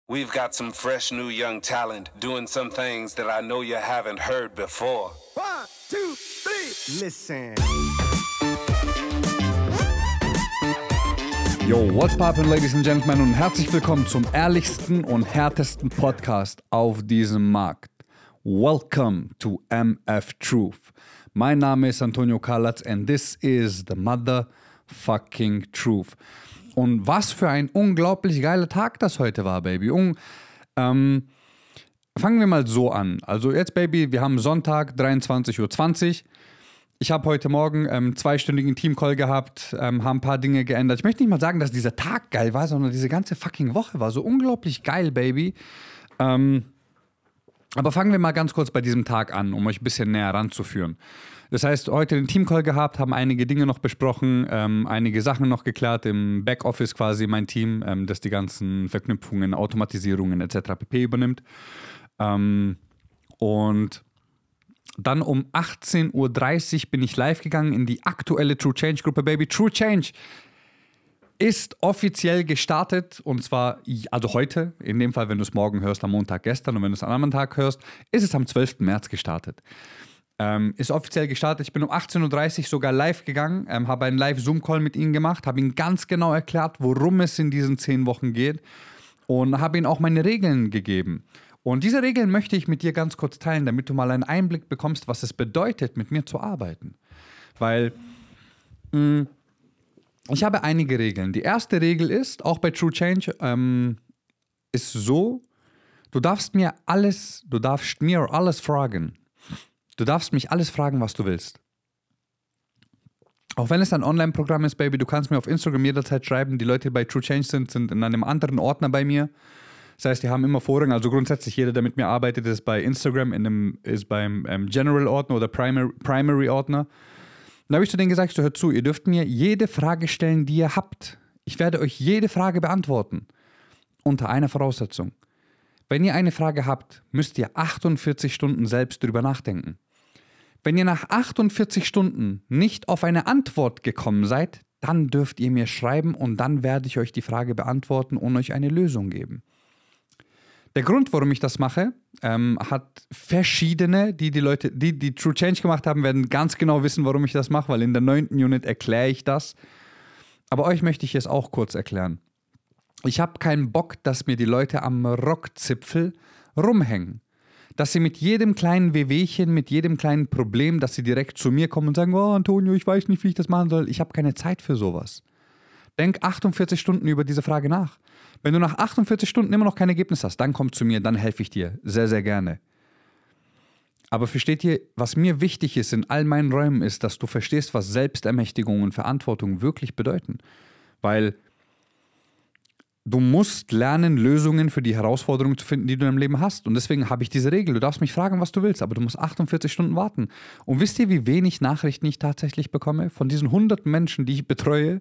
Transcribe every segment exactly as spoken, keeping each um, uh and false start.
We've got some fresh new young talent doing some things that I know you haven't heard before. One, two, three, listen. Yo, what's poppin', ladies and gentlemen, und herzlich willkommen zum ehrlichsten und härtesten Podcast auf diesem Markt. Welcome to M F Truth. Mein Name ist Antonio Kalatz and this is the motherfucking truth. Und was für ein unglaublich geiler Tag das heute war, Baby. Un- ähm, fangen wir mal so an. Also jetzt, Baby, wir haben Sonntag, dreiundzwanzig Uhr zwanzig. Ich habe heute Morgen einen ähm, zweistündigen Teamcall gehabt, ähm, haben ein paar Dinge geändert. Ich möchte nicht mal sagen, dass dieser Tag geil war, sondern diese ganze fucking Woche war so unglaublich geil, Baby. Ähm, aber fangen wir mal ganz kurz bei diesem Tag an, um euch ein bisschen näher ranzuführen. Das heißt, heute den Teamcall gehabt, haben einige Dinge noch besprochen, ähm, einige Sachen noch geklärt im Backoffice quasi, mein Team, ähm, das die ganzen Verknüpfungen, Automatisierungen et cetera pp. Übernimmt. Ähm, und dann um achtzehn Uhr dreißig bin ich live gegangen in die aktuelle True Change Gruppe, Baby. True Change ist offiziell gestartet und zwar, also heute, in dem Fall, wenn du es morgen hörst, am Montag gestern und wenn du es am anderen Tag hörst, ist es am zwölften März gestartet. Ähm, ist offiziell gestartet. Ich bin um achtzehn Uhr dreißig sogar live gegangen, ähm, habe einen Live-Zoom-Call mit ihnen gemacht, habe ihnen ganz genau erklärt, worum es in diesen zehn Wochen geht und habe ihnen auch meine Regeln gegeben. Und diese Regeln möchte ich mit dir ganz kurz teilen, damit du mal einen Einblick bekommst, was es bedeutet, mit mir zu arbeiten. Weil mh, ich habe einige Regeln. Die erste Regel ist, auch bei True Change, ähm, ist so, du darfst mir alles, du darfst mir alles fragen. Du darfst mich alles fragen, was du willst. Auch wenn es ein Online-Programm ist, Baby, du kannst mir auf Instagram jederzeit schreiben. Die Leute, die bei True Change sind, sind in einem anderen Ordner bei mir. Das heißt, die haben immer Vorrang. Also grundsätzlich jeder, der mit mir arbeitet, ist bei Instagram, in einem, ist beim ähm, General-Ordner oder Primary, Primary-Ordner. Da habe ich zu denen gesagt, so, hört zu, ihr dürft mir jede Frage stellen, die ihr habt. Ich werde euch jede Frage beantworten. Unter einer Voraussetzung. Wenn ihr eine Frage habt, müsst ihr achtundvierzig Stunden selbst drüber nachdenken. Wenn ihr nach achtundvierzig Stunden nicht auf eine Antwort gekommen seid, dann dürft ihr mir schreiben und dann werde ich euch die Frage beantworten und euch eine Lösung geben. Der Grund, warum ich das mache, ähm, hat verschiedene, die die Leute, die die True Change gemacht haben, werden ganz genau wissen, warum ich das mache, weil in der neunten Unit erkläre ich das. Aber euch möchte ich es auch kurz erklären. Ich habe keinen Bock, dass mir die Leute am Rockzipfel rumhängen. Dass sie mit jedem kleinen Wehwehchen, mit jedem kleinen Problem, dass sie direkt zu mir kommen und sagen, oh Antonio, ich weiß nicht, wie ich das machen soll. Ich habe keine Zeit für sowas. Denk achtundvierzig Stunden über diese Frage nach. Wenn du nach achtundvierzig Stunden immer noch kein Ergebnis hast, dann komm zu mir, dann helfe ich dir. Sehr, sehr gerne. Aber versteht ihr, was mir wichtig ist in all meinen Räumen ist, dass du verstehst, was Selbstermächtigung und Verantwortung wirklich bedeuten. Weil du musst lernen, Lösungen für die Herausforderungen zu finden, die du in deinem Leben hast. Und deswegen habe ich diese Regel. Du darfst mich fragen, was du willst, aber du musst achtundvierzig Stunden warten. Und wisst ihr, wie wenig Nachrichten ich tatsächlich bekomme? Von diesen hunderten Menschen, die ich betreue,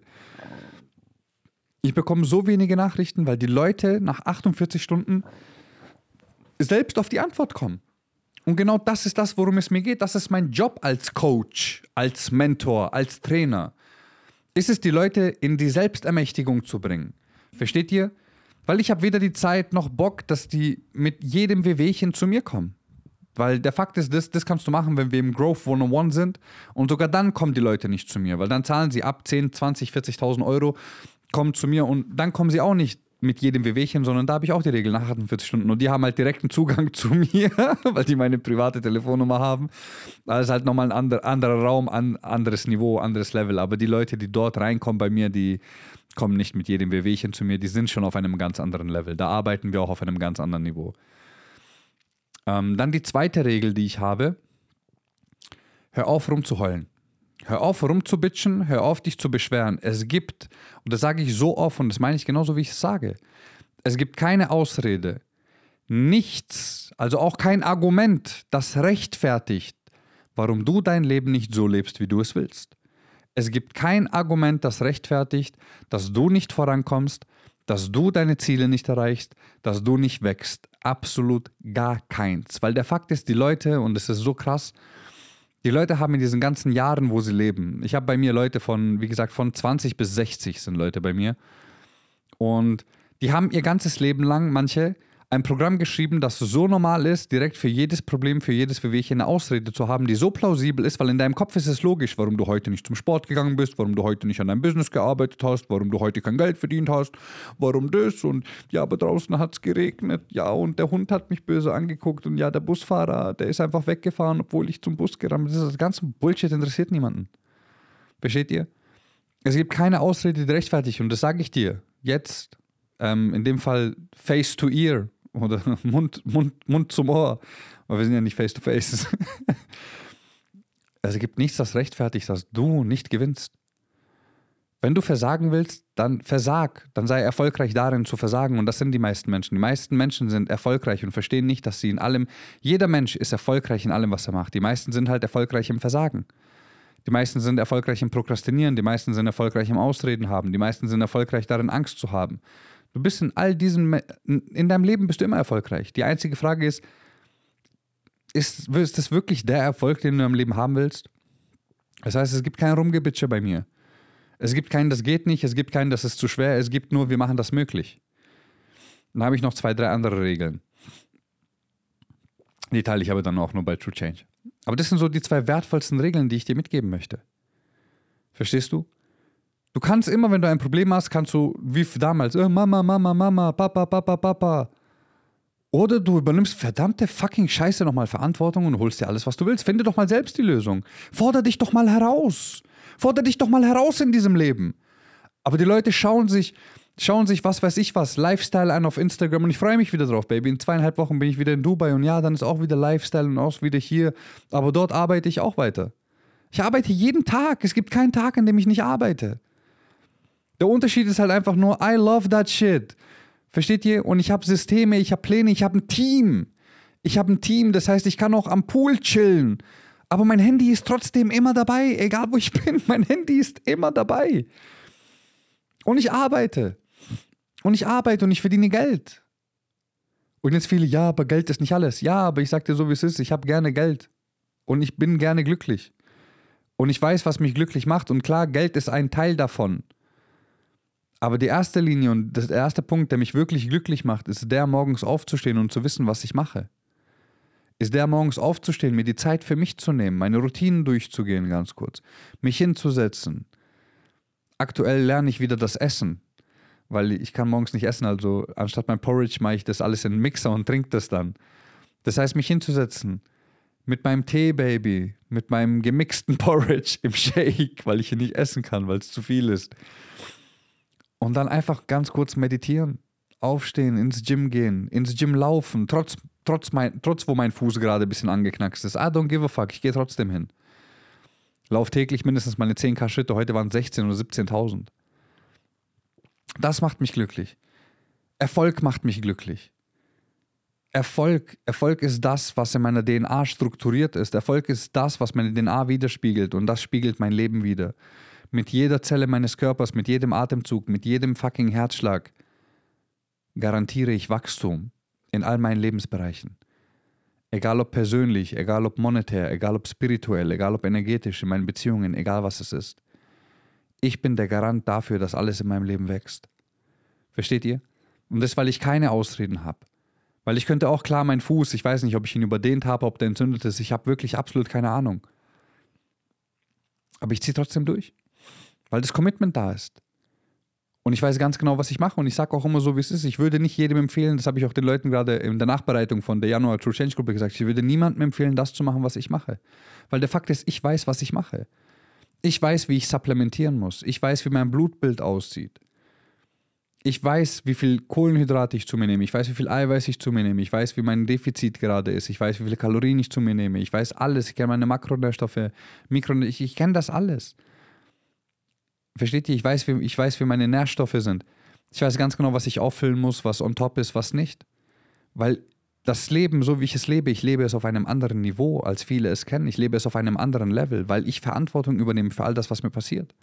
ich bekomme so wenige Nachrichten, weil die Leute nach achtundvierzig Stunden selbst auf die Antwort kommen. Und genau das ist das, worum es mir geht. Das ist mein Job als Coach, als Mentor, als Trainer. Ist es, die Leute in die Selbstermächtigung zu bringen. Versteht ihr? Weil ich habe weder die Zeit noch Bock, dass die mit jedem Wehwehchen zu mir kommen. Weil der Fakt ist, das, das kannst du machen, wenn wir im Growth hunderteins sind. Und sogar dann kommen die Leute nicht zu mir. Weil dann zahlen sie ab zehn, zwanzig, vierzigtausend Euro, kommen zu mir und dann kommen sie auch nicht mit jedem Wehwehchen, sondern da habe ich auch die Regel nach achtundvierzig Stunden. Und die haben halt direkten Zugang zu mir, weil die meine private Telefonnummer haben. Das ist halt nochmal ein ander, anderer Raum, ein anderes Niveau, anderes Level. Aber die Leute, die dort reinkommen bei mir, die kommen nicht mit jedem Wehwehchen zu mir, die sind schon auf einem ganz anderen Level. Da arbeiten wir auch auf einem ganz anderen Niveau. Ähm, dann die zweite Regel, die ich habe, hör auf rumzuheulen. Hör auf rumzubitchen, hör auf dich zu beschweren. Es gibt, und das sage ich so oft und das meine ich genauso, wie ich es sage, es gibt keine Ausrede, nichts, also auch kein Argument, das rechtfertigt, warum du dein Leben nicht so lebst, wie du es willst. Es gibt kein Argument, das rechtfertigt, dass du nicht vorankommst, dass du deine Ziele nicht erreichst, dass du nicht wächst. Absolut gar keins. Weil der Fakt ist, die Leute, und es ist so krass, die Leute haben in diesen ganzen Jahren, wo sie leben, ich habe bei mir Leute von, wie gesagt, von zwanzig bis sechzig sind Leute bei mir. Und Die haben ihr ganzes Leben lang, manche, ein Programm geschrieben, das so normal ist, direkt für jedes Problem, für jedes Wehwehchen eine Ausrede zu haben, die so plausibel ist, weil in deinem Kopf ist es logisch, warum du heute nicht zum Sport gegangen bist, warum du heute nicht an deinem Business gearbeitet hast, warum du heute kein Geld verdient hast, warum das und ja, aber draußen hat es geregnet, ja, und der Hund hat mich böse angeguckt und ja, der Busfahrer, der ist einfach weggefahren, obwohl ich zum Bus gerannt bin. Das ganze Bullshit interessiert niemanden. Versteht ihr? Es gibt keine Ausrede, die rechtfertigt und das sage ich dir jetzt, ähm, in dem Fall Face to Ear, oder Mund, Mund, Mund zum Ohr. Aber wir sind ja nicht face to face. Es gibt nichts, das rechtfertigt, dass du nicht gewinnst. Wenn du versagen willst, dann versag. Dann sei erfolgreich darin zu versagen. Und das sind die meisten Menschen. Die meisten Menschen sind erfolgreich und verstehen nicht, dass sie in allem, jeder Mensch ist erfolgreich in allem, was er macht. Die meisten sind halt erfolgreich im Versagen. Die meisten sind erfolgreich im Prokrastinieren. Die meisten sind erfolgreich im Ausreden haben. Die meisten sind erfolgreich darin, Angst zu haben. Du bist in all diesen, in deinem Leben bist du immer erfolgreich. Die einzige Frage ist, ist, ist das wirklich der Erfolg, den du im Leben haben willst? Das heißt, es gibt kein Rumgebitsche bei mir. Es gibt keinen, das geht nicht, es gibt keinen, das ist zu schwer, es gibt nur, wir machen das möglich. Dann habe ich noch zwei, drei andere Regeln. Die teile ich aber dann auch nur bei True Change. Aber das sind so die zwei wertvollsten Regeln, die ich dir mitgeben möchte. Verstehst du? Du kannst immer, wenn du ein Problem hast, kannst du, wie damals, äh, Mama, Mama, Mama, Papa, Papa, Papa. Oder du übernimmst verdammte fucking Scheiße nochmal Verantwortung und holst dir alles, was du willst. Finde doch mal selbst die Lösung. Forder dich doch mal heraus. Forder dich doch mal heraus in diesem Leben. Aber die Leute schauen sich, schauen sich, was weiß ich was, Lifestyle an auf Instagram und ich freue mich wieder drauf, Baby. In zweieinhalb Wochen bin ich wieder in Dubai und ja, dann ist auch wieder Lifestyle und auch wieder hier. Aber dort arbeite ich auch weiter. Ich arbeite jeden Tag. Es gibt keinen Tag, an dem ich nicht arbeite. Der Unterschied ist halt einfach nur, I love that shit. Versteht ihr? Und ich habe Systeme, ich habe Pläne, ich habe ein Team. Ich habe ein Team, das heißt, ich kann auch am Pool chillen. Aber mein Handy ist trotzdem immer dabei, egal wo ich bin. Mein Handy ist immer dabei. Und ich arbeite. Und ich arbeite und ich verdiene Geld. Und jetzt viele, ja, aber Geld ist nicht alles. Ja, aber ich sag dir so, wie es ist, ich habe gerne Geld. Und ich bin gerne glücklich. Und ich weiß, was mich glücklich macht. Und klar, Geld ist ein Teil davon. Aber die erste Linie und der erste Punkt, der mich wirklich glücklich macht, ist der, morgens aufzustehen und zu wissen, was ich mache. Ist der, morgens aufzustehen, mir die Zeit für mich zu nehmen, meine Routinen durchzugehen, ganz kurz, mich hinzusetzen. Aktuell lerne ich wieder das Essen, weil ich kann morgens nicht essen, also anstatt mein Porridge mache ich das alles in den Mixer und trinke das dann. Das heißt, mich hinzusetzen, mit meinem Tee, Baby, mit meinem gemixten Porridge im Shake, weil ich hier nicht essen kann, weil es zu viel ist. Und dann einfach ganz kurz meditieren, aufstehen, ins Gym gehen, ins Gym laufen, trotz, trotz, mein, trotz wo mein Fuß gerade ein bisschen angeknackst ist. I don't give a fuck, ich gehe trotzdem hin. Lauf täglich mindestens meine zehn K Schritte, heute waren es sechzehntausend oder siebzehntausend. Das macht mich glücklich. Erfolg macht mich glücklich. Erfolg, Erfolg ist das, was in meiner D N A strukturiert ist. Erfolg ist das, was meine D N A widerspiegelt und das spiegelt mein Leben wider. Mit jeder Zelle meines Körpers, mit jedem Atemzug, mit jedem fucking Herzschlag garantiere ich Wachstum in all meinen Lebensbereichen. Egal ob persönlich, egal ob monetär, egal ob spirituell, egal ob energetisch, in meinen Beziehungen, egal was es ist. Ich bin der Garant dafür, dass alles in meinem Leben wächst. Versteht ihr? Und das, weil ich keine Ausreden habe. Weil ich könnte auch klar meinen Fuß, ich weiß nicht, ob ich ihn überdehnt habe, ob der entzündet ist, ich habe wirklich absolut keine Ahnung. Aber ich ziehe trotzdem durch. Weil das Commitment da ist. Und ich weiß ganz genau, was ich mache und ich sage auch immer so, wie es ist. Ich würde nicht jedem empfehlen, das habe ich auch den Leuten gerade in der Nachbereitung von der Januar True Change Gruppe gesagt, ich würde niemandem empfehlen, das zu machen, was ich mache. Weil der Fakt ist, ich weiß, was ich mache. Ich weiß, wie ich supplementieren muss. Ich weiß, wie mein Blutbild aussieht. Ich weiß, wie viel Kohlenhydrate ich zu mir nehme. Ich weiß, wie viel Eiweiß ich zu mir nehme. Ich weiß, wie mein Defizit gerade ist. Ich weiß, wie viele Kalorien ich zu mir nehme. Ich weiß alles. Ich kenne meine Makronährstoffe, Mikronährstoffe. Ich, ich kenne das alles. Versteht ihr? Ich weiß, wie, ich weiß, wie meine Nährstoffe sind. Ich weiß ganz genau, was ich auffüllen muss, was on top ist, was nicht. Weil das Leben, so wie ich es lebe, ich lebe es auf einem anderen Niveau, als viele es kennen. Ich lebe es auf einem anderen Level, weil ich Verantwortung übernehme für all das, was mir passiert.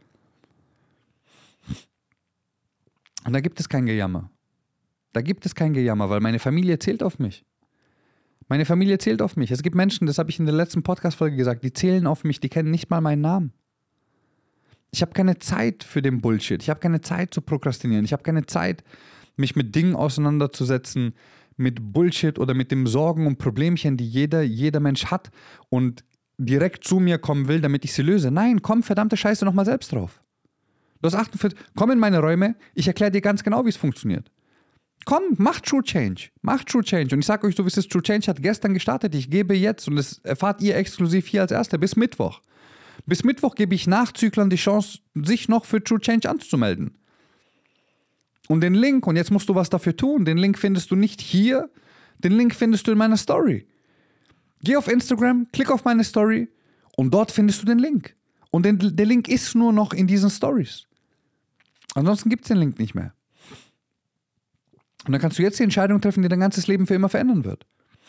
Und da gibt es kein Gejammer. Da gibt es kein Gejammer, weil meine Familie zählt auf mich. Meine Familie zählt auf mich. Es gibt Menschen, das habe ich in der letzten Podcast-Folge gesagt, die zählen auf mich, die kennen nicht mal meinen Namen. Ich habe keine Zeit für den Bullshit. Ich habe keine Zeit zu prokrastinieren. Ich habe keine Zeit, mich mit Dingen auseinanderzusetzen, mit Bullshit oder mit den Sorgen und Problemchen, die jeder, jeder Mensch hat und direkt zu mir kommen will, damit ich sie löse. Nein, komm, verdammte Scheiße, nochmal selbst drauf. Du hast achtundvierzig, komm in meine Räume, ich erkläre dir ganz genau, wie es funktioniert. Komm, mach True Change, mach True Change. Und ich sage euch so, wie es ist, True Change hat gestern gestartet, ich gebe jetzt, und das erfahrt ihr exklusiv hier als Erster, bis Mittwoch. Bis Mittwoch gebe ich Nachzüglern die Chance, sich noch für True Change anzumelden. Und den Link, und jetzt musst du was dafür tun, den Link findest du nicht hier, den Link findest du in meiner Story. Geh auf Instagram, klick auf meine Story und dort findest du den Link. Und den, der Link ist nur noch in diesen Stories. Ansonsten gibt es den Link nicht mehr. Und dann kannst du jetzt die Entscheidung treffen, die dein ganzes Leben für immer verändern wird.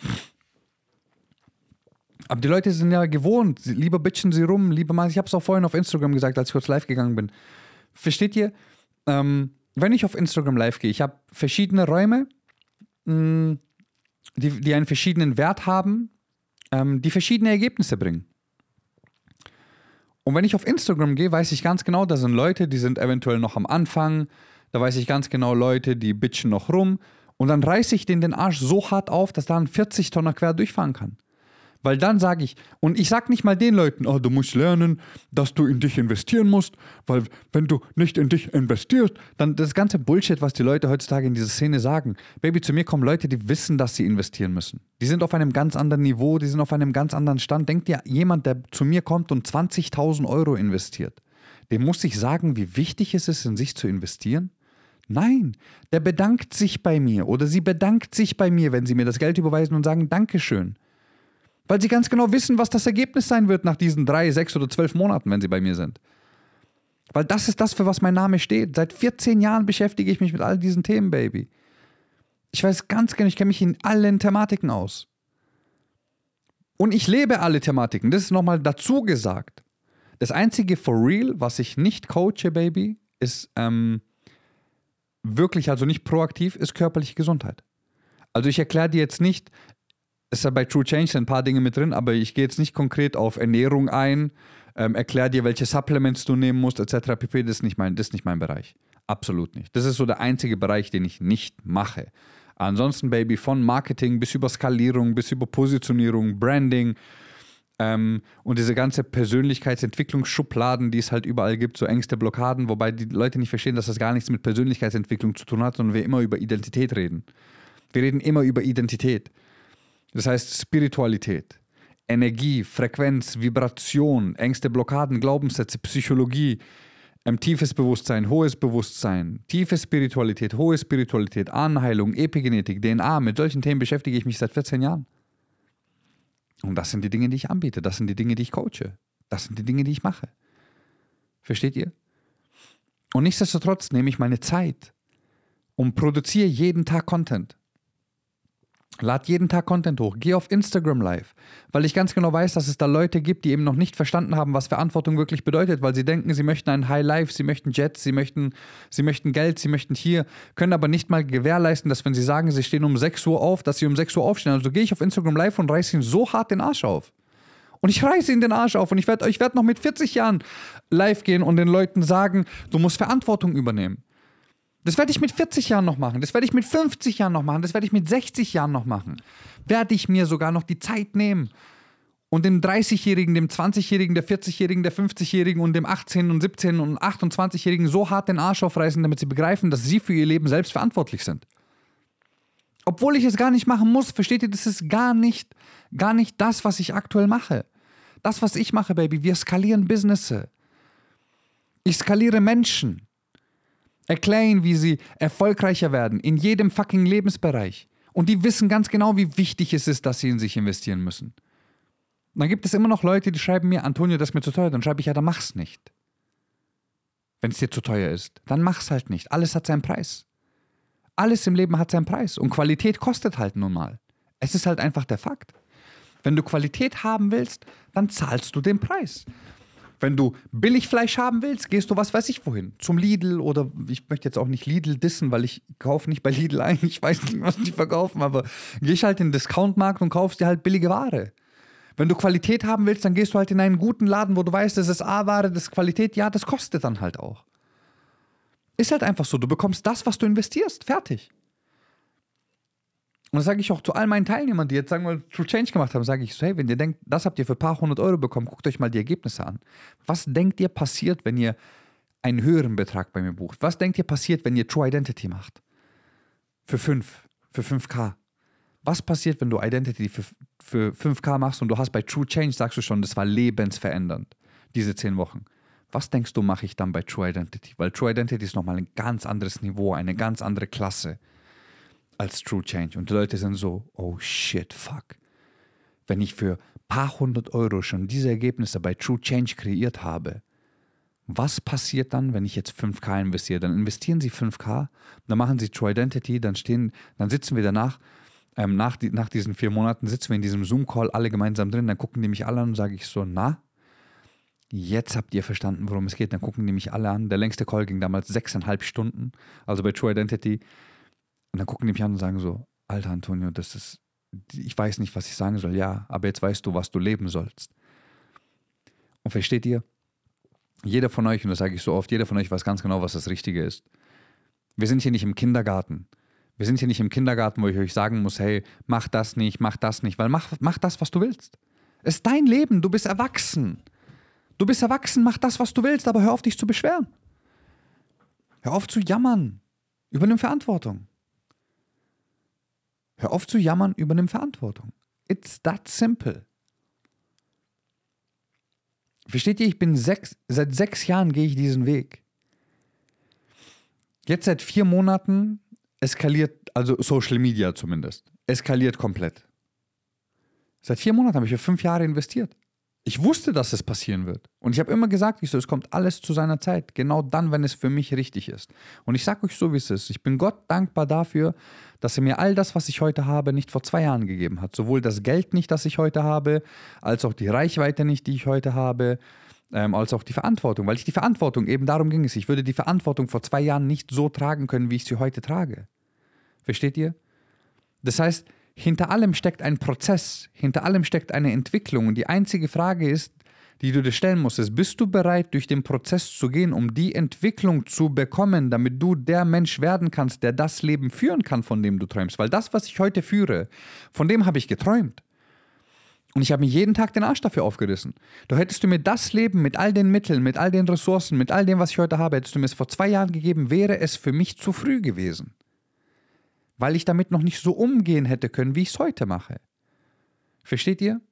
Aber die Leute sind ja gewohnt, sie, lieber bitchen sie rum, lieber mal, ich habe es auch vorhin auf Instagram gesagt, als ich kurz live gegangen bin. Versteht ihr? Ähm, wenn ich auf Instagram live gehe, ich habe verschiedene Räume, mh, die, die einen verschiedenen Wert haben, ähm, die verschiedene Ergebnisse bringen. Und wenn ich auf Instagram gehe, weiß ich ganz genau, da sind Leute, die sind eventuell noch am Anfang, da weiß ich ganz genau Leute, die bitchen noch rum und dann reiße ich denen den Arsch so hart auf, dass da ein vierzig Tonner quer durchfahren kann. Weil dann sage ich, und ich sage nicht mal den Leuten, oh, du musst lernen, dass du in dich investieren musst, weil wenn du nicht in dich investierst, dann das ganze Bullshit, was die Leute heutzutage in dieser Szene sagen. Baby, zu mir kommen Leute, die wissen, dass sie investieren müssen. Die sind auf einem ganz anderen Niveau, die sind auf einem ganz anderen Stand. Denkt dir, jemand, der zu mir kommt und zwanzigtausend Euro investiert, dem muss ich sagen, wie wichtig es ist, in sich zu investieren? Nein, der bedankt sich bei mir oder sie bedankt sich bei mir, wenn sie mir das Geld überweisen und sagen, Dankeschön. Weil sie ganz genau wissen, was das Ergebnis sein wird nach diesen drei, sechs oder zwölf Monaten, wenn sie bei mir sind. Weil das ist das, für was mein Name steht. Seit vierzehn Jahren beschäftige ich mich mit all diesen Themen, Baby. Ich weiß ganz genau, ich kenne mich in allen Thematiken aus. Und ich lebe alle Thematiken. Das ist nochmal dazu gesagt. Das einzige for real, was ich nicht coache, Baby, ist ähm, wirklich, also nicht proaktiv, ist körperliche Gesundheit. Also ich erkläre dir jetzt nicht, es ist ja bei True Change ein paar Dinge mit drin, aber ich gehe jetzt nicht konkret auf Ernährung ein, ähm, erkläre dir, welche Supplements du nehmen musst, et cetera pp. Das ist nicht mein, das ist nicht mein Bereich. Absolut nicht. Das ist so der einzige Bereich, den ich nicht mache. Ansonsten, Baby, von Marketing bis über Skalierung, bis über Positionierung, Branding ähm, und diese ganze Persönlichkeitsentwicklungsschubladen, die es halt überall gibt, so Ängste, Blockaden, wobei die Leute nicht verstehen, dass das gar nichts mit Persönlichkeitsentwicklung zu tun hat, sondern wir immer über Identität reden. Wir reden immer über Identität. Das heißt Spiritualität, Energie, Frequenz, Vibration, Ängste, Blockaden, Glaubenssätze, Psychologie, ähm, tiefes Bewusstsein, hohes Bewusstsein, tiefe Spiritualität, hohe Spiritualität, Ahnenheilung, Epigenetik, D N A. Mit solchen Themen beschäftige ich mich seit vierzehn Jahren. Und das sind die Dinge, die ich anbiete. Das sind die Dinge, die ich coache. Das sind die Dinge, die ich mache. Versteht ihr? Und nichtsdestotrotz nehme ich meine Zeit und produziere jeden Tag Content. Lad jeden Tag Content hoch, geh auf Instagram live, weil ich ganz genau weiß, dass es da Leute gibt, die eben noch nicht verstanden haben, was Verantwortung wirklich bedeutet, weil sie denken, sie möchten ein High Life, sie möchten Jets, sie möchten, sie möchten Geld, sie möchten hier, können aber nicht mal gewährleisten, dass wenn sie sagen, sie stehen um sechs Uhr auf, dass sie um sechs Uhr aufstehen. Also gehe ich auf Instagram live und reiße ihnen so hart den Arsch auf. Und ich reiße ihnen den Arsch auf und ich werde ich werd noch mit vierzig Jahren live gehen und den Leuten sagen, du musst Verantwortung übernehmen. Das werde ich mit vierzig Jahren noch machen, das werde ich mit fünfzig Jahren noch machen, das werde ich mit sechzig Jahren noch machen. Werde ich mir sogar noch die Zeit nehmen und dem dreißigjährigen, dem zwanzigjährigen, der vierzigjährigen, der fünfzigjährigen und dem achtzehn- und siebzehn- und achtundzwanzigjährigen so hart den Arsch aufreißen, damit sie begreifen, dass sie für ihr Leben selbst verantwortlich sind. Obwohl ich es gar nicht machen muss, versteht ihr, das ist gar nicht, gar nicht das, was ich aktuell mache. Das, was ich mache, Baby, wir skalieren Businesse. Ich skaliere Menschen. Erkläre ihnen, wie sie erfolgreicher werden, in jedem fucking Lebensbereich. Und die wissen ganz genau, wie wichtig es ist, dass sie in sich investieren müssen. Und dann gibt es immer noch Leute, die schreiben mir, Antonio, das ist mir zu teuer. Dann schreibe ich, ja, dann mach's nicht. Wenn es dir zu teuer ist, dann mach's halt nicht. Alles hat seinen Preis. Alles im Leben hat seinen Preis. Und Qualität kostet halt nun mal. Es ist halt einfach der Fakt. Wenn du Qualität haben willst, dann zahlst du den Preis. Wenn du Billigfleisch haben willst, gehst du was weiß ich wohin. Zum Lidl oder ich möchte jetzt auch nicht Lidl dissen, weil ich kaufe nicht bei Lidl ein. Ich weiß nicht, was die verkaufen, aber gehst halt in den Discountmarkt und kaufst dir halt billige Ware. Wenn du Qualität haben willst, dann gehst du halt in einen guten Laden, wo du weißt, das ist A-Ware, das ist Qualität. Ja, das kostet dann halt auch. Ist halt einfach so. Du bekommst das, was du investierst. Fertig. Und das sage ich auch zu all meinen Teilnehmern, die jetzt sagen wir True Change gemacht haben, sage ich so, hey, wenn ihr denkt, das habt ihr für ein paar hundert Euro bekommen, guckt euch mal die Ergebnisse an. Was denkt ihr passiert, wenn ihr einen höheren Betrag bei mir bucht? Was denkt ihr passiert, wenn ihr True Identity macht? Für fünf, für fünf K. Was passiert, wenn du Identity für, für fünf K machst und du hast bei True Change, sagst du schon, das war lebensverändernd, diese zehn Wochen. Was denkst du, mache ich dann bei True Identity? Weil True Identity ist nochmal ein ganz anderes Niveau, eine ganz andere Klasse als True Change. Und die Leute sind so, oh shit, fuck. Wenn ich für ein paar hundert Euro schon diese Ergebnisse bei True Change kreiert habe, was passiert dann, wenn ich jetzt fünf K investiere? Dann investieren sie fünf K, dann machen sie True Identity, dann stehen, dann sitzen wir danach, ähm, nach, die, nach diesen vier Monaten sitzen wir in diesem Zoom-Call alle gemeinsam drin, dann gucken die mich alle an und sage ich so, na, jetzt habt ihr verstanden, worum es geht. Dann gucken die mich alle an. Der längste Call ging damals sechseinhalb Stunden, also bei True Identity. Und dann gucken die mich an und sagen so, Alter Antonio, das ist, ich weiß nicht, was ich sagen soll. Ja, aber jetzt weißt du, was du leben sollst. Und versteht ihr? Jeder von euch, und das sage ich so oft, jeder von euch weiß ganz genau, was das Richtige ist. Wir sind hier nicht im Kindergarten. Wir sind hier nicht im Kindergarten, wo ich euch sagen muss, hey, mach das nicht, mach das nicht, weil mach, mach das, was du willst. Es ist dein Leben, du bist erwachsen. Du bist erwachsen, mach das, was du willst, aber hör auf, dich zu beschweren. Hör auf zu jammern. Übernimm Verantwortung. Hör auf zu jammern, übernimm Verantwortung. It's that simple. Versteht ihr, ich bin sechs, seit sechs Jahren gehe ich diesen Weg. Jetzt seit vier Monaten eskaliert, also Social Media zumindest, eskaliert komplett. Seit vier Monaten habe ich für fünf Jahre investiert. Ich wusste, dass es passieren wird. Und ich habe immer gesagt, ich so, es kommt alles zu seiner Zeit. Genau dann, wenn es für mich richtig ist. Und ich sage euch so, wie es ist. Ich bin Gott dankbar dafür, dass er mir all das, was ich heute habe, nicht vor zwei Jahren gegeben hat. Sowohl das Geld nicht, das ich heute habe, als auch die Reichweite nicht, die ich heute habe, ähm, als auch die Verantwortung. Weil ich die Verantwortung, eben darum ging es, ich würde die Verantwortung vor zwei Jahren nicht so tragen können, wie ich sie heute trage. Versteht ihr? Das heißt, hinter allem steckt ein Prozess, hinter allem steckt eine Entwicklung und die einzige Frage ist, die du dir stellen musst, ist, bist du bereit, durch den Prozess zu gehen, um die Entwicklung zu bekommen, damit du der Mensch werden kannst, der das Leben führen kann, von dem du träumst? Weil das, was ich heute führe, von dem habe ich geträumt. Und ich habe mir jeden Tag den Arsch dafür aufgerissen. Doch hättest du mir das Leben mit all den Mitteln, mit all den Ressourcen, mit all dem, was ich heute habe, hättest du mir es vor zwei Jahren gegeben, wäre es für mich zu früh gewesen. Weil ich damit noch nicht so umgehen hätte können, wie ich es heute mache. Versteht ihr?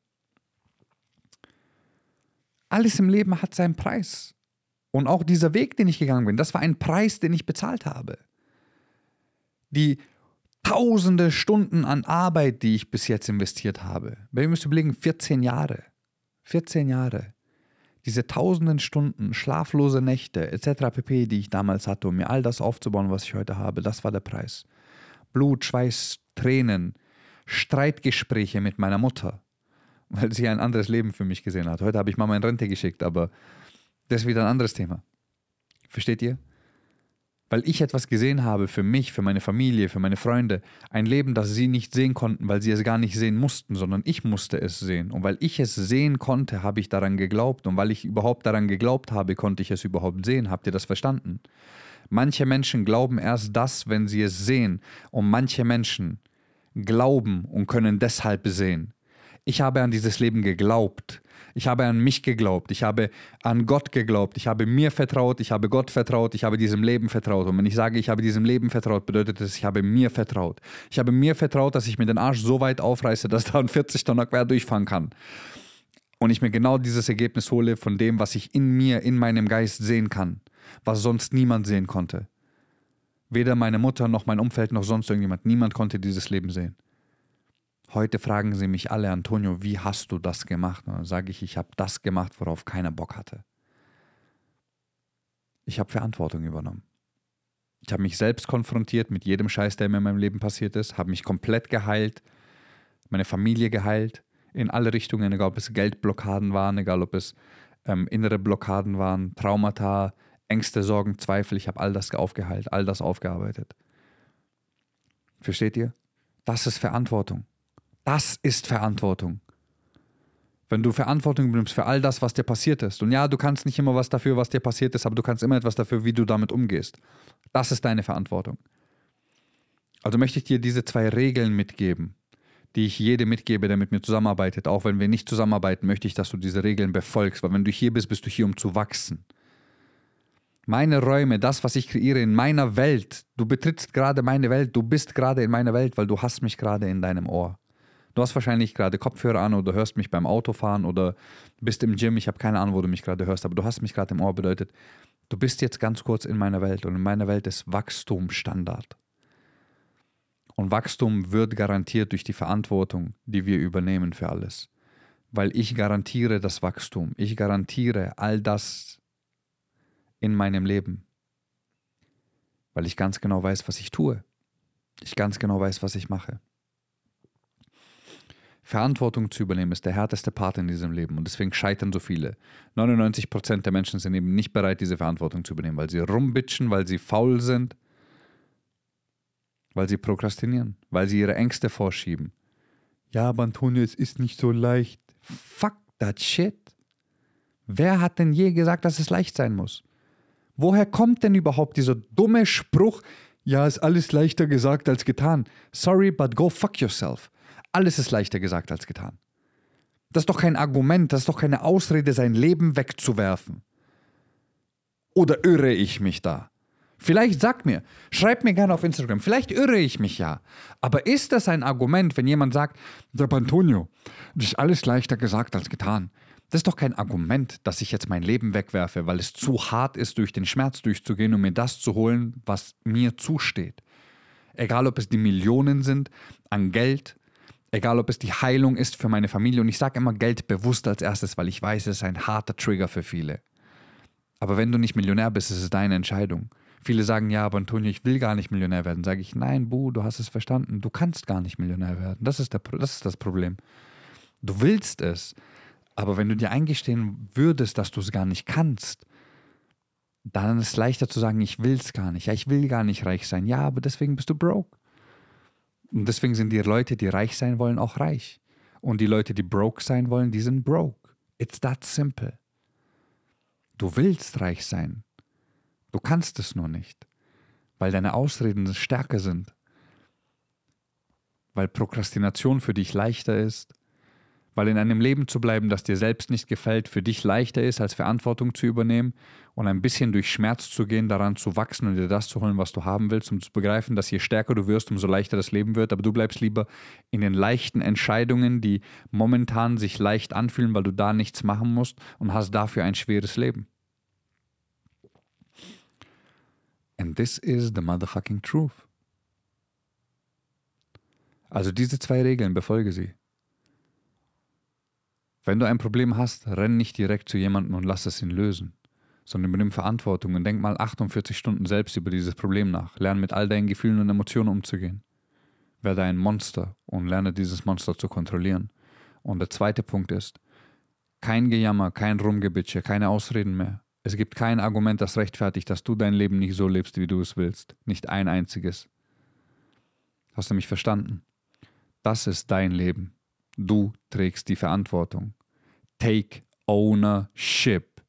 Alles im Leben hat seinen Preis. Und auch dieser Weg, den ich gegangen bin, das war ein Preis, den ich bezahlt habe. Die tausende Stunden an Arbeit, die ich bis jetzt investiert habe. Weil ihr müsst überlegen, vierzehn Jahre. vierzehn Jahre. Diese tausenden Stunden, schlaflose Nächte, et cetera pp., die ich damals hatte, um mir all das aufzubauen, was ich heute habe, das war der Preis. Blut, Schweiß, Tränen, Streitgespräche mit meiner Mutter, weil sie ein anderes Leben für mich gesehen hat. Heute habe ich Mama in Rente geschickt, aber das ist wieder ein anderes Thema. Versteht ihr? Weil ich etwas gesehen habe für mich, für meine Familie, für meine Freunde. Ein Leben, das sie nicht sehen konnten, weil sie es gar nicht sehen mussten, sondern ich musste es sehen. Und weil ich es sehen konnte, habe ich daran geglaubt. Und weil ich überhaupt daran geglaubt habe, konnte ich es überhaupt sehen. Habt ihr das verstanden? Manche Menschen glauben erst das, wenn sie es sehen. Und manche Menschen glauben und können deshalb sehen. Ich habe an dieses Leben geglaubt. Ich habe an mich geglaubt. Ich habe an Gott geglaubt. Ich habe mir vertraut. Ich habe Gott vertraut. Ich habe diesem Leben vertraut. Und wenn ich sage, ich habe diesem Leben vertraut, bedeutet das, ich habe mir vertraut. Ich habe mir vertraut, dass ich mir den Arsch so weit aufreiße, dass da ein vierzig Tonner quer durchfahren kann. Und ich mir genau dieses Ergebnis hole von dem, was ich in mir, in meinem Geist sehen kann. Was sonst niemand sehen konnte. Weder meine Mutter, noch mein Umfeld, noch sonst irgendjemand. Niemand konnte dieses Leben sehen. Heute fragen sie mich alle, Antonio, wie hast du das gemacht? Und dann sage ich, ich habe das gemacht, worauf keiner Bock hatte. Ich habe Verantwortung übernommen. Ich habe mich selbst konfrontiert mit jedem Scheiß, der mir in meinem Leben passiert ist, habe mich komplett geheilt, meine Familie geheilt, in alle Richtungen, egal ob es Geldblockaden waren, egal ob es ähm, innere Blockaden waren, Traumata, Ängste, Sorgen, Zweifel, ich habe all das aufgeheilt, all das aufgearbeitet. Versteht ihr? Das ist Verantwortung. Das ist Verantwortung. Wenn du Verantwortung übernimmst für all das, was dir passiert ist. Und ja, du kannst nicht immer was dafür, was dir passiert ist, aber du kannst immer etwas dafür, wie du damit umgehst. Das ist deine Verantwortung. Also möchte ich dir diese zwei Regeln mitgeben, die ich jedem mitgebe, der mit mir zusammenarbeitet. Auch wenn wir nicht zusammenarbeiten, möchte ich, dass du diese Regeln befolgst. Weil wenn du hier bist, bist du hier, um zu wachsen. Meine Räume, das, was ich kreiere in meiner Welt, du betrittst gerade meine Welt, du bist gerade in meiner Welt, weil du hast mich gerade in deinem Ohr. Du hast wahrscheinlich gerade Kopfhörer an oder hörst mich beim Autofahren oder bist im Gym. Ich habe keine Ahnung, wo du mich gerade hörst, aber du hast mich gerade im Ohr, bedeutet, du bist jetzt ganz kurz in meiner Welt und in meiner Welt ist Wachstum Standard. Und Wachstum wird garantiert durch die Verantwortung, die wir übernehmen für alles. Weil ich garantiere das Wachstum. Ich garantiere all das in meinem Leben. Weil ich ganz genau weiß, was ich tue. Ich ganz genau weiß, was ich mache. Verantwortung zu übernehmen ist der härteste Part in diesem Leben und deswegen scheitern so viele. neunundneunzig Prozent der Menschen sind eben nicht bereit, diese Verantwortung zu übernehmen, weil sie rumbitchen, weil sie faul sind, weil sie prokrastinieren, weil sie ihre Ängste vorschieben. Ja, aber Antonio, es ist nicht so leicht. Fuck that shit. Wer hat denn je gesagt, dass es leicht sein muss? Woher kommt denn überhaupt dieser dumme Spruch, ja, ist alles leichter gesagt als getan? Sorry, but go fuck yourself. Alles ist leichter gesagt als getan. Das ist doch kein Argument, das ist doch keine Ausrede, sein Leben wegzuwerfen. Oder irre ich mich da? Vielleicht sag mir, schreib mir gerne auf Instagram, vielleicht irre ich mich ja. Aber ist das ein Argument, wenn jemand sagt, der Antonio, das ist alles leichter gesagt als getan? Das ist doch kein Argument, dass ich jetzt mein Leben wegwerfe, weil es zu hart ist, durch den Schmerz durchzugehen, um mir das zu holen, was mir zusteht. Egal, ob es die Millionen sind an Geld, egal, ob es die Heilung ist für meine Familie. Und ich sage immer Geld bewusst als erstes, weil ich weiß, es ist ein harter Trigger für viele. Aber wenn du nicht Millionär bist, ist es deine Entscheidung. Viele sagen, ja, aber Antonio, ich will gar nicht Millionär werden. Sage ich, nein, Bu, du hast es verstanden. Du kannst gar nicht Millionär werden. Das ist, der, das ist das Problem. Du willst es. Aber wenn du dir eingestehen würdest, dass du es gar nicht kannst, dann ist es leichter zu sagen, ich will es gar nicht. Ja, ich will gar nicht reich sein. Ja, aber deswegen bist du broke. Und deswegen sind die Leute, die reich sein wollen, auch reich. Und die Leute, die broke sein wollen, die sind broke. It's that simple. Du willst reich sein. Du kannst es nur nicht. Weil deine Ausreden stärker sind. Weil Prokrastination für dich leichter ist. Weil in einem Leben zu bleiben, das dir selbst nicht gefällt, für dich leichter ist, als Verantwortung zu übernehmen und ein bisschen durch Schmerz zu gehen, daran zu wachsen und dir das zu holen, was du haben willst, um zu begreifen, dass je stärker du wirst, umso leichter das Leben wird. Aber du bleibst lieber in den leichten Entscheidungen, die momentan sich leicht anfühlen, weil du da nichts machen musst und hast dafür ein schweres Leben. And this is the motherfucking truth. Also diese zwei Regeln, befolge sie. Wenn du ein Problem hast, renn nicht direkt zu jemandem und lass es ihn lösen, sondern übernimm Verantwortung und denk mal achtundvierzig Stunden selbst über dieses Problem nach. Lerne mit all deinen Gefühlen und Emotionen umzugehen. Werde ein Monster und lerne dieses Monster zu kontrollieren. Und der zweite Punkt ist, kein Gejammer, kein Rumgebitsche, keine Ausreden mehr. Es gibt kein Argument, das rechtfertigt, dass du dein Leben nicht so lebst, wie du es willst. Nicht ein einziges. Hast du mich verstanden? Das ist dein Leben. Du trägst die Verantwortung. Take ownership.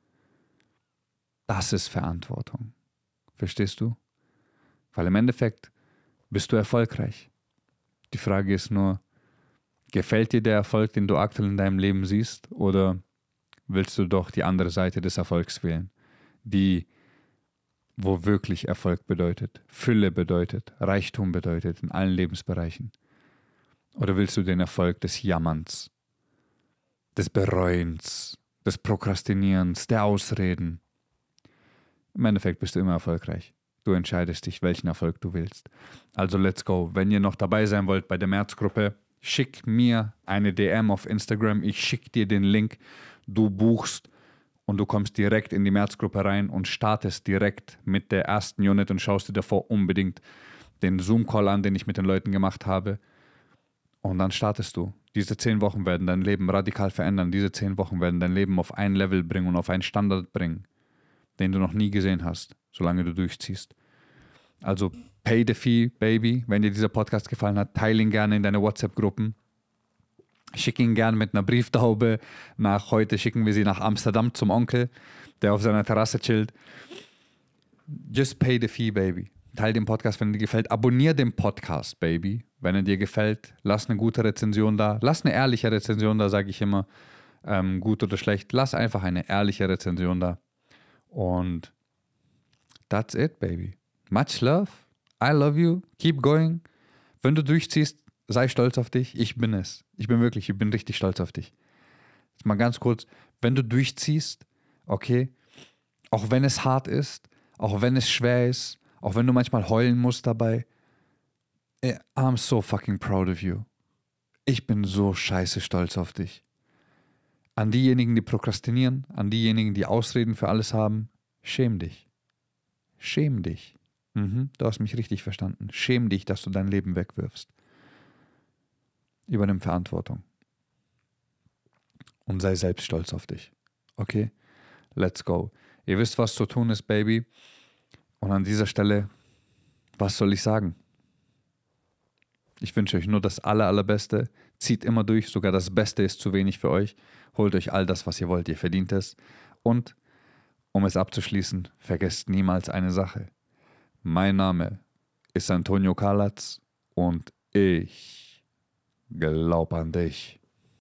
Das ist Verantwortung. Verstehst du? Weil im Endeffekt bist du erfolgreich. Die Frage ist nur, gefällt dir der Erfolg, den du aktuell in deinem Leben siehst, oder willst du doch die andere Seite des Erfolgs wählen, die, wo wirklich Erfolg bedeutet, Fülle bedeutet, Reichtum bedeutet in allen Lebensbereichen? Oder willst du den Erfolg des Jammerns, des Bereuens, des Prokrastinierens, der Ausreden? Im Endeffekt bist du immer erfolgreich. Du entscheidest dich, welchen Erfolg du willst. Also let's go. Wenn ihr noch dabei sein wollt bei der Märzgruppe, schick mir eine D M auf Instagram. Ich schicke dir den Link. Du buchst und du kommst direkt in die Märzgruppe rein und startest direkt mit der ersten Unit und schaust dir davor unbedingt den Zoom-Call an, den ich mit den Leuten gemacht habe. Und dann startest du. Diese zehn Wochen werden dein Leben radikal verändern. Diese zehn Wochen werden dein Leben auf ein Level bringen und auf einen Standard bringen, den du noch nie gesehen hast, solange du durchziehst. Also pay the fee, baby. Wenn dir dieser Podcast gefallen hat, teile ihn gerne in deine WhatsApp-Gruppen. Schick ihn gern mit einer Brieftaube nach. Heute schicken wir sie nach Amsterdam zum Onkel, der auf seiner Terrasse chillt. Just pay the fee, baby. Teil den Podcast, wenn dir gefällt. Abonnier den Podcast, baby. Wenn er dir gefällt, lass eine gute Rezension da. Lass eine ehrliche Rezension da, sage ich immer. Ähm, gut oder schlecht. Lass einfach eine ehrliche Rezension da. Und that's it, baby. Much love. I love you. Keep going. Wenn du durchziehst, sei stolz auf dich. Ich bin es. Ich bin wirklich, ich bin richtig stolz auf dich. Jetzt mal ganz kurz. Wenn du durchziehst, okay, auch wenn es hart ist, auch wenn es schwer ist, auch wenn du manchmal heulen musst dabei, I'm so fucking proud of you. Ich bin so scheiße stolz auf dich. An diejenigen, die prokrastinieren, an diejenigen, die Ausreden für alles haben, schäm dich. Schäm dich. Mhm, du hast mich richtig verstanden. Schäm dich, dass du dein Leben wegwirfst. Übernimm Verantwortung. Und sei selbst stolz auf dich. Okay? Let's go. Ihr wisst, was zu tun ist, Baby. Und an dieser Stelle, was soll ich sagen? Ich wünsche euch nur das aller, allerbeste. Zieht immer durch. Sogar das Beste ist zu wenig für euch. Holt euch all das, was ihr wollt. Ihr verdient es. Und, um es abzuschließen, vergesst niemals eine Sache. Mein Name ist Antonio Kalatz und ich glaube an dich.